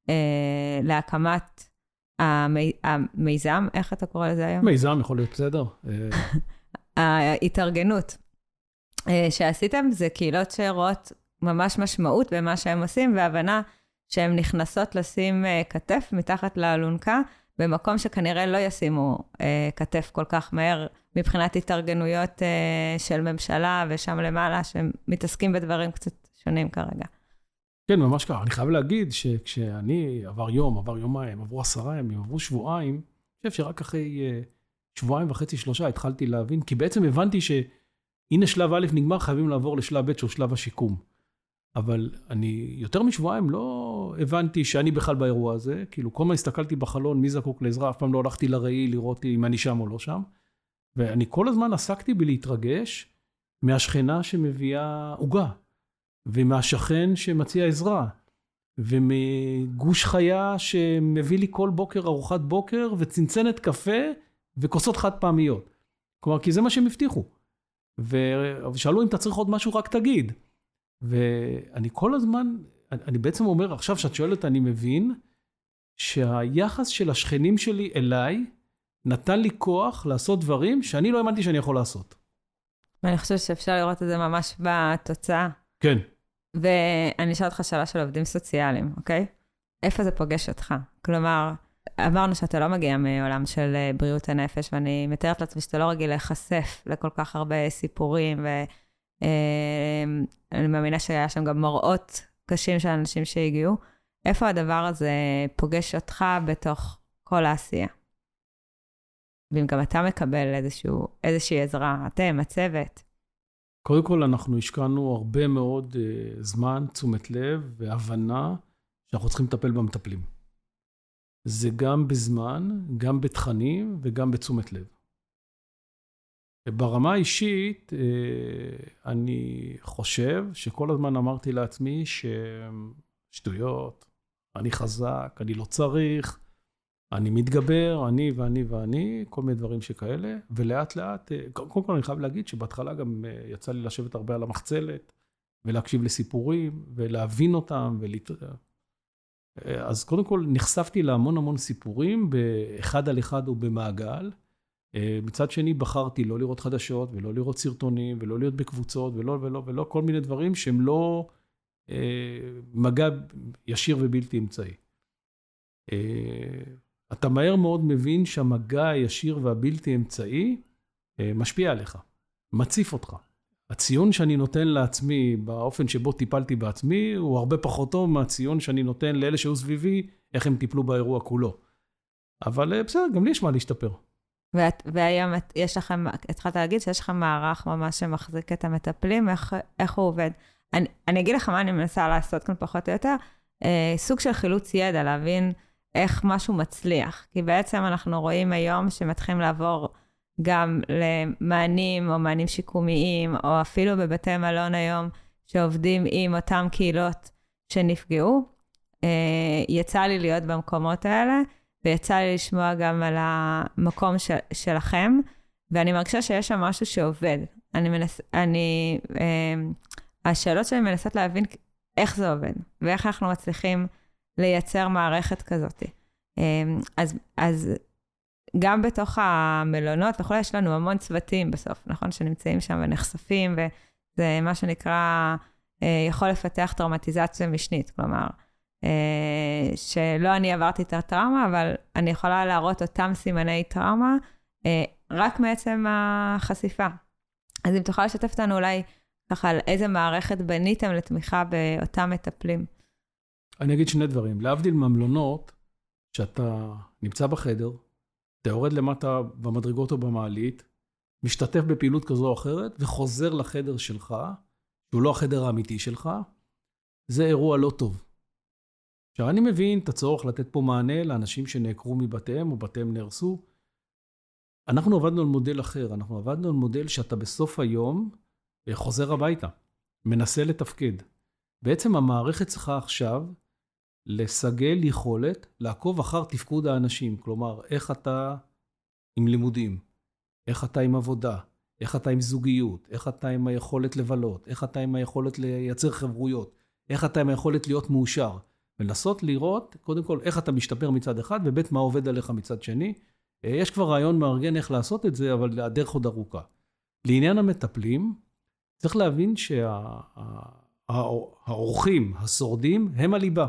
להקמת המיזם, איך אתה קורא לזה היום? מיזם יכול להיות בסדר. ההתארגנות שעשיתם זה קהילות שרואות ממש משמעות במה שהם עושים, והבנה שהן נכנסות לשים כתף מתחת לאלונקה, במקום שכנראה לא ישימו כתף כל כך מהר, מבחינת התארגנויות של ממשלה ושם למעלה, שהם מתעסקים בדברים קצת שונים כרגע. כן, ממש ככה. אני חייב להגיד שכשאני עבר יום, עבר יומיים, עברו עשרה ימים, עברו שבועיים, אני חושב שרק אחרי שבועיים וחצי, שלושה, התחלתי להבין, כי בעצם הבנתי שהנה שלב א' נגמר, חייבים לעבור לשלב ב' שהוא שלב השיקום. אבל אני יותר משבועיים לא הבנתי שאני בכלל באירוע הזה, כאילו כל מה הסתכלתי בחלון, מי זקוק לעזרה, אף פעם לא הלכתי לראי לראות אם אני שם או לא שם, ואני כל הזמן עסקתי בלהתרגש מהשכנה שמביאה עוגה, ומהשכן שמציע עזרה, ומגוש חיה שמביא לי כל בוקר ארוחת בוקר, וצנצנת קפה וכוסות חד פעמיות. כלומר, כי זה מה שהם הבטיחו. ושאלו אם אתה צריך עוד משהו, רק תגיד. ואני כל הזמן, אני בעצם אומר, עכשיו שאת שואלת, אני מבין שהיחס של השכנים שלי אליי נתן לי כוח לעשות דברים שאני לא האמנתי שאני יכול לעשות. ואני חושבת שאפשר לראות את זה ממש בתוצאה. כן. ואני אשאל אותך שאלה של עובדים סוציאליים, אוקיי? איפה זה פוגש אותך? כלומר, אמרנו שאתה לא מגיע מעולם של בריאות הנפש, ואני מתארת לעצמי שאתה לא רגיל להיחשף לכל כך הרבה סיפורים, ואני מאמינה שהיה שם גם מראות קשים של אנשים שהגיעו. איפה הדבר הזה פוגש אותך בתוך כל העשייה? ואם גם אתה מקבל איזשהו, איזושהי עזרה, אתם, הצוות. קודם כל, אנחנו השקענו הרבה מאוד uh, זמן, תשומת לב והבנה שאנחנו צריכים לטפל במטפלים. זה גם בזמן, גם בתכנים וגם בתשומת לב. ברמה האישית, אני חושב שכל הזמן אמרתי לעצמי ששטויות, אני חזק, אני לא צריך, אני מתגבר, אני ואני ואני, כל מיני דברים שכאלה, ולאט לאט, קודם כל אני חייב להגיד שבהתחלה גם יצא לי לשבת הרבה על המחצלת, ולהקשיב לסיפורים, ולהבין אותם, ולהת... אז קודם כל נחשפתי להמון המון סיפורים, באחד על אחד ובמעגל, מצד שני בחרתי לא לראות חדשות, ולא לראות סרטונים, ולא להיות בקבוצות, ולא ולא ולא, כל מיני דברים שהם לא מגע ישיר ובלתי אמצעי. אתה מהר מאוד מבין שהמגע הישיר והבלתי אמצעי משפיע עליך, מציף אותך. הציון שאני נותן לעצמי באופן שבו טיפלתי בעצמי, הוא הרבה פחות טוב מהציון שאני נותן לאלה שהיו סביבי, איך הם טיפלו באירוע כולו. אבל בסדר, גם לי יש מה להשתפר. והיום יש לכם, התחלת להגיד שיש לכם מערך ממש שמחזיק את המטפלים, איך, איך הוא עובד. אני, אני אגיד לך מה אני מנסה לעשות כאן פחות או יותר, אה, סוג של חילוץ ידע, להבין איך משהו מצליח. כי בעצם אנחנו רואים היום שמתחילים לעבור גם למענים או מענים שיקומיים, או אפילו בבתי מלון היום, שעובדים עם אותם קהילות שנפגעו. אה, יצא לי להיות במקומות האלה, ויצא לי לשמוע גם על המקום של, שלכם, ואני מרגישה שיש שם משהו שעובד. אני מנס, אני, אה, השאלות שלי מנסות להבין איך זה עובד, ואיך אנחנו מצליחים לייצר מערכת כזאת. אה, אז, אז גם בתוך המלונות, וכולי, יש לנו המון צוותים בסוף, נכון? שנמצאים שם ונחשפים, וזה מה שנקרא, אה, יכול לפתח טראומטיזציה משנית, כלומר, שלא אני עברתי את הטראומה, אבל אני יכולה להראות אותם סימני טראומה, רק מעצם החשיפה. אז אם תוכל לשתף אותנו אולי ככה על איזה מערכת בניתם לתמיכה באותם מטפלים. אני אגיד שני דברים. להבדיל מהמלונות, שאתה נמצא בחדר, אתה יורד למטה במדרגות או במעלית, משתתף בפעילות כזו או אחרת, וחוזר לחדר שלך, שהוא לא החדר האמיתי שלך, זה אירוע לא טוב. עכשיו, אני מבין את הצורך לתת פה מענה לאנשים שנעקרו מבתיהם או בתיהם נהרסו. אנחנו עבדנו על מודל אחר, אנחנו עבדנו על מודל שאתה בסוף היום חוזר הביתה, מנסה לתפקד. בעצם המערכת צריכה עכשיו לסגל יכולת לעקוב אחר תפקוד האנשים, כלומר, איך אתה עם לימודים, איך אתה עם עבודה, איך אתה עם זוגיות, איך אתה עם היכולת לבלות, איך אתה עם היכולת לייצר חברויות, איך אתה עם היכולת להיות מאושר. ולנסות לראות, קודם כל, איך אתה משתפר מצד אחד, ובית מה עובד עליך מצד שני. יש כבר רעיון מארגן איך לעשות את זה, אבל הדרך עוד ארוכה. לעניין המטפלים, צריך להבין שהאורחים, השורדים, הם הליבה.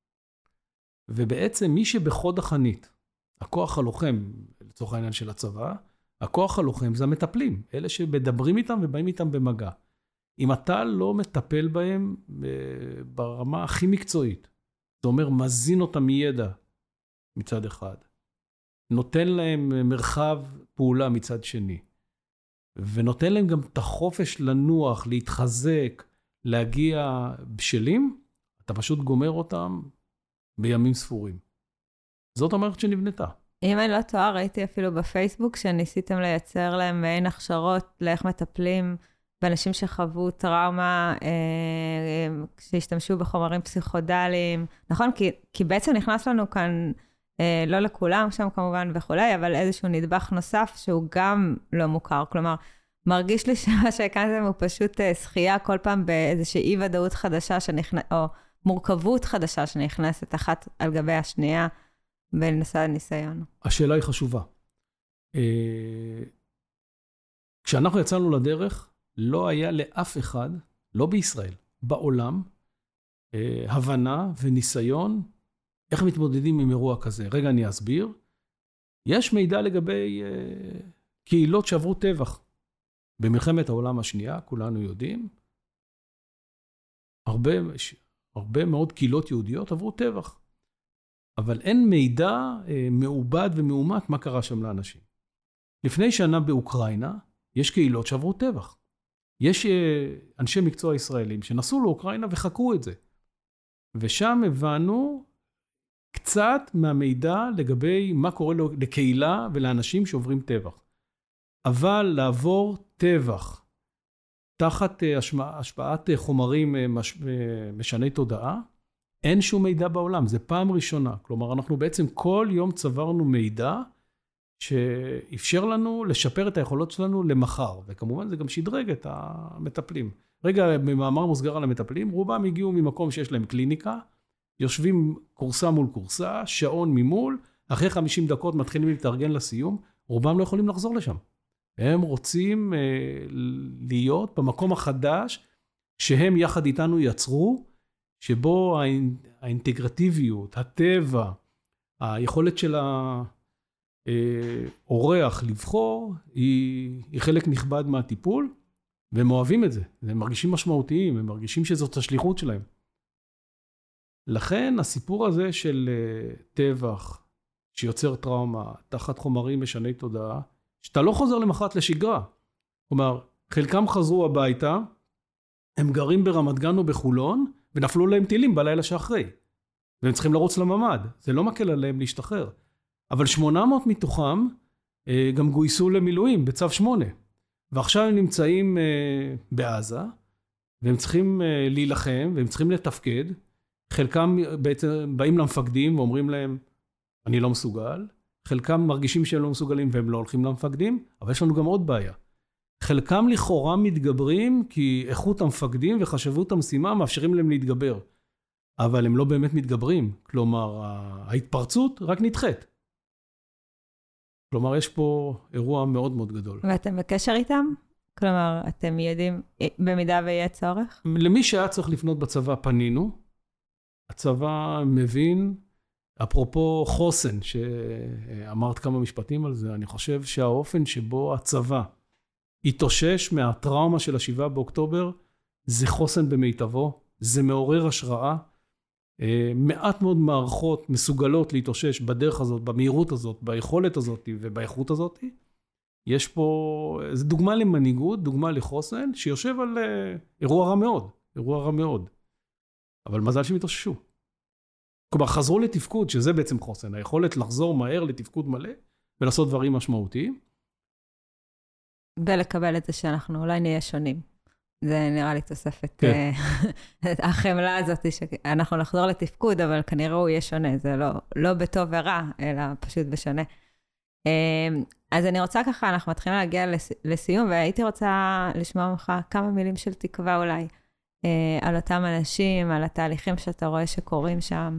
ובעצם מי שבחוד החנית, הכוח הלוחם, לצורך העניין של הצבא, הכוח הלוחם זה המטפלים, אלה שמדברים איתם ובאים איתם במגע. אם אתה לא מטפל בהם ברמה הכי מקצועית, זה אומר, מזין אותם מידע מצד אחד. נותן להם מרחב פעולה מצד שני. ונותן להם גם את החופש לנוח, להתחזק, להגיע בשלים, אתה פשוט גומר אותם בימים ספורים. זאת אומרת שנבנתה. אם אני לא טועה, ראיתי אפילו בפייסבוק שניסיתם לייצר להם מעין הכשרות לאיך מטפלים באנשים שחוו טראומה, אה, שהשתמשו בחומרים פסיכודליים, נכון? כי, כי בעצם נכנס לנו כאן, אה, לא לכולם שם כמובן וכולי, אבל איזשהו נדבך נוסף שהוא גם לא מוכר. כלומר, מרגיש לי שמה שהקנתם הוא פשוט אה, שחייה כל פעם באיזושהי אי ודאות חדשה, שנכנס, או מורכבות חדשה שנכנסת אחת על גבי השנייה, בנושא הניסיון. השאלה היא חשובה. אה, כשאנחנו יצאנו לדרך, לא היה לאף אחד, לא בישראל, בעולם, אה, הבנה וניסיון איך מתמודדים עם אירוע כזה. רגע, אני אסביר. יש מידע לגבי אה, קהילות שעברו טבח. במלחמת העולם השנייה, כולנו יודעים, הרבה, הרבה מאוד קהילות יהודיות עברו טבח. אבל אין מידע אה, מעובד ומאומת מה קרה שם לאנשים. לפני שנה באוקראינה, יש קהילות שעברו טבח. יש אנשי מקצוע ישראלים שנסעו לאוקראינה וחקרו את זה. ושם הבנו קצת מהמידע לגבי מה קורה לקהילה ולאנשים שעוברים טבח. אבל לעבור טבח, תחת השפעת חומרים משני תודעה, אין שום מידע בעולם, זה פעם ראשונה. כלומר, אנחנו בעצם כל יום צברנו מידע, שאפשר לנו לשפר את היכולות שלנו למחר, וכמובן זה גם שדרג את המטפלים. רגע, במאמר מוסגר על המטפלים, רובם הגיעו ממקום שיש להם קליניקה, יושבים קורסה מול קורסה, שעון ממול, אחרי חמישים דקות מתחילים להתארגן לסיום, רובם לא יכולים לחזור לשם. הם רוצים אה, להיות במקום החדש, שהם יחד איתנו יצרו, שבו האינטגרטיביות, הטבע, היכולת של האורח לבחור, היא, היא חלק נכבד מהטיפול, והם אוהבים את זה. הם מרגישים משמעותיים, הם מרגישים שזאת השליחות שלהם. לכן הסיפור הזה של טבח, שיוצר טראומה, תחת חומרים משני תודעה, שאתה לא חוזר למחרת לשגרה. כלומר, חלקם חזרו הביתה, הם גרים ברמת גן או בחולון, ונפלו להם טילים בלילה שאחרי. והם צריכים לרוץ לממד. זה לא מקל עליהם להשתחרר. אבל שמונה מאות מתוכם גם גויסו למילואים בצו שמונה. ועכשיו הם נמצאים בעזה, והם צריכים להילחם, והם צריכים לתפקד. חלקם בעצם באים למפקדים ואומרים להם, אני לא מסוגל. חלקם מרגישים שהם לא מסוגלים והם לא הולכים למפקדים, אבל יש לנו גם עוד בעיה. חלקם לכאורה מתגברים כי איכות המפקדים וחשבות המשימה מאפשרים להם להתגבר. אבל הם לא באמת מתגברים. כלומר, ההתפרצות רק נדחית. כלומר, יש פה אירוע מאוד מאוד גדול. ואתם בקשר איתם? כלומר, אתם יודעים במידה ויהיה צורך? למי שהיה צריך לפנות בצבא פנינו. הצבא מבין, אפרופו חוסן, שאמרת כמה משפטים על זה, אני חושב שהאופן שבו הצבא התאושש מהטראומה של השבעה באוקטובר, זה חוסן במיטבו, זה מעורר השראה. מעט מאוד מערכות מסוגלות להתאושש בדרך הזאת, במהירות הזאת, ביכולת הזאת ובאיכות הזאת. יש פה, זו דוגמה למנהיגות, דוגמה לחוסן, שיושב על אירוע רע מאוד, אירוע רע מאוד. אבל מזל שהם התאוששו. כלומר, חזרו לתפקוד, שזה בעצם חוסן, היכולת לחזור מהר לתפקוד מלא, ולעשות דברים משמעותיים. ולקבל את זה שאנחנו אולי נהיה שונים. זה נראה לי תוספת, כן. החמלה הזאת, שאנחנו נחזור לתפקוד, אבל כנראה הוא יהיה שונה, זה לא, לא בטוב ורע, אלא פשוט בשונה. אז אני רוצה ככה, אנחנו מתחילים להגיע לסיום, והייתי רוצה לשמוע ממך כמה מילים של תקווה אולי, על אותם אנשים, על התהליכים שאתה רואה שקורים שם.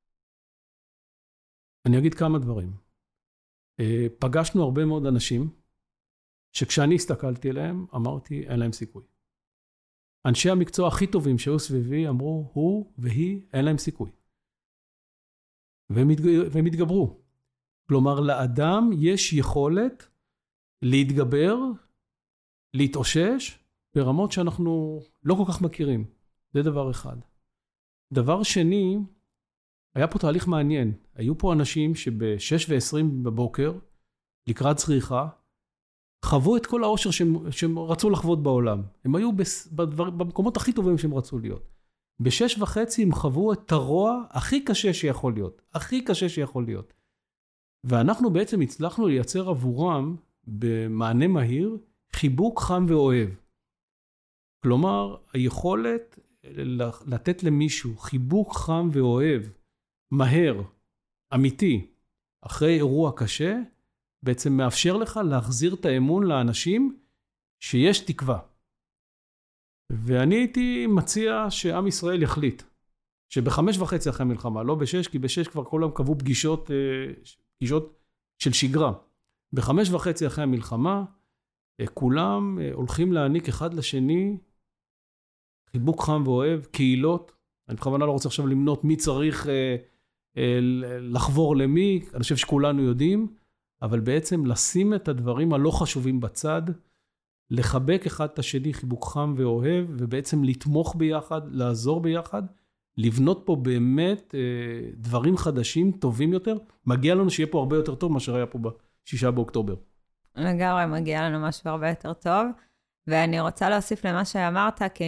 אני אגיד כמה דברים. פגשנו הרבה מאוד אנשים, שכשאני הסתכלתי עליהם, אמרתי, אין להם סיכוי. אנשי המקצוע הכי טובים שהיו סביבי, אמרו, הוא והיא, אין להם סיכוי. והם, התג... והם התגברו. כלומר, לאדם יש יכולת להתגבר, להתאושש, ברמות שאנחנו לא כל כך מכירים. זה דבר אחד. דבר שני, היה פה תהליך מעניין. היו פה אנשים שב-שש ועשרים בבוקר, לקראת צריכה, חוו את כל האושר שהם, שהם רצו לחוות בעולם. הם היו בדבר, במקומות הכי טובים שהם רצו להיות. בשש וחצי הם חוו את הרוע הכי קשה שיכול להיות. הכי קשה שיכול להיות. ואנחנו בעצם הצלחנו לייצר עבורם, במענה מהיר, חיבוק חם ואוהב. כלומר, היכולת לתת למישהו חיבוק חם ואוהב, מהר, אמיתי, אחרי אירוע קשה, בעצם מאפשר לך להחזיר את האמון לאנשים שיש תקווה. ואני הייתי מציע שעם ישראל יחליט, שבחמש וחצי אחרי מלחמה, לא בשש, כי בשש כבר כולם קבעו פגישות, פגישות של שגרה. בחמש וחצי אחרי המלחמה, כולם הולכים להעניק אחד לשני חיבוק חם ואוהב, קהילות. אני בכוונה לא רוצה עכשיו למנות מי צריך לחבור למי, אני חושב שכולנו יודעים, אבל בעצם לשים את הדברים הלא חשובים בצד, לחבק אחד את השני חיבוק חם ואוהב, ובעצם לתמוך ביחד, לעזור ביחד, לבנות פה באמת דברים חדשים, טובים יותר. מגיע לנו שיהיה פה הרבה יותר טוב, מה שהיה פה בשישה באוקטובר. לגמרי, מגיע לנו משהו הרבה יותר טוב, ואני רוצה להוסיף למה שאמרת, כי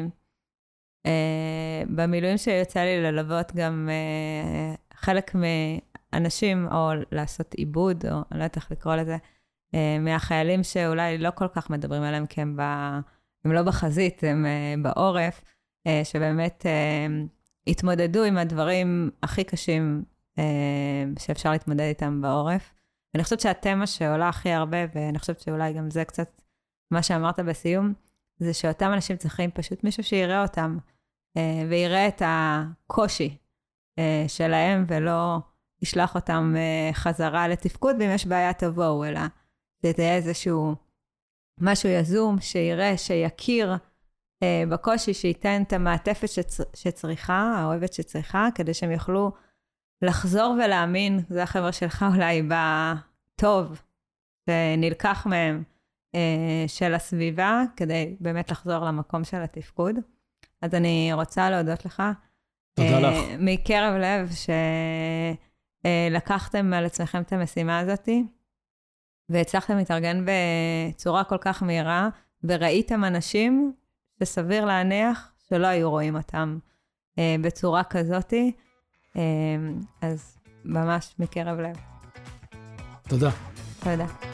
אה, במילואים שיוצא לי ללוות גם אה, חלק מאנשים, או לעשות עיבוד, או אני לא יודעת איך לקרוא לזה, מהחיילים שאולי לא כל כך מדברים עליהם, כי הם, ב, הם לא בחזית, הם בעורף, שבאמת התמודדו עם הדברים הכי קשים שאפשר להתמודד איתם בעורף. ואני חושבת שהתמה שעולה הכי הרבה, ואני חושבת שאולי גם זה קצת מה שאמרת בסיום, זה שאותם אנשים צריכים פשוט מישהו שיראה אותם, ויראה את הקושי שלהם, ולא ישלח אותם חזרה לתפקוד, ואם יש בעיה תבואו, אלא זה תהיה איזשהו משהו יזום, שיראה, שיכיר בקושי, שייתן את המעטפת שצ... שצריכה, האוהבת שצריכה, כדי שהם יוכלו לחזור ולהאמין, זה החבר שלך אולי בטוב, שנלקח מהם של הסביבה, כדי באמת לחזור למקום של התפקוד. אז אני רוצה להודות לך. תודה לך. מקרב לב שלקחתם על עצמכם את המשימה הזאת, והצלחתם להתארגן בצורה כל כך מהירה, וראיתם אנשים שסביר להניח שלא היו רואים אותם בצורה כזאת. אז ממש מקרב לב. תודה. תודה.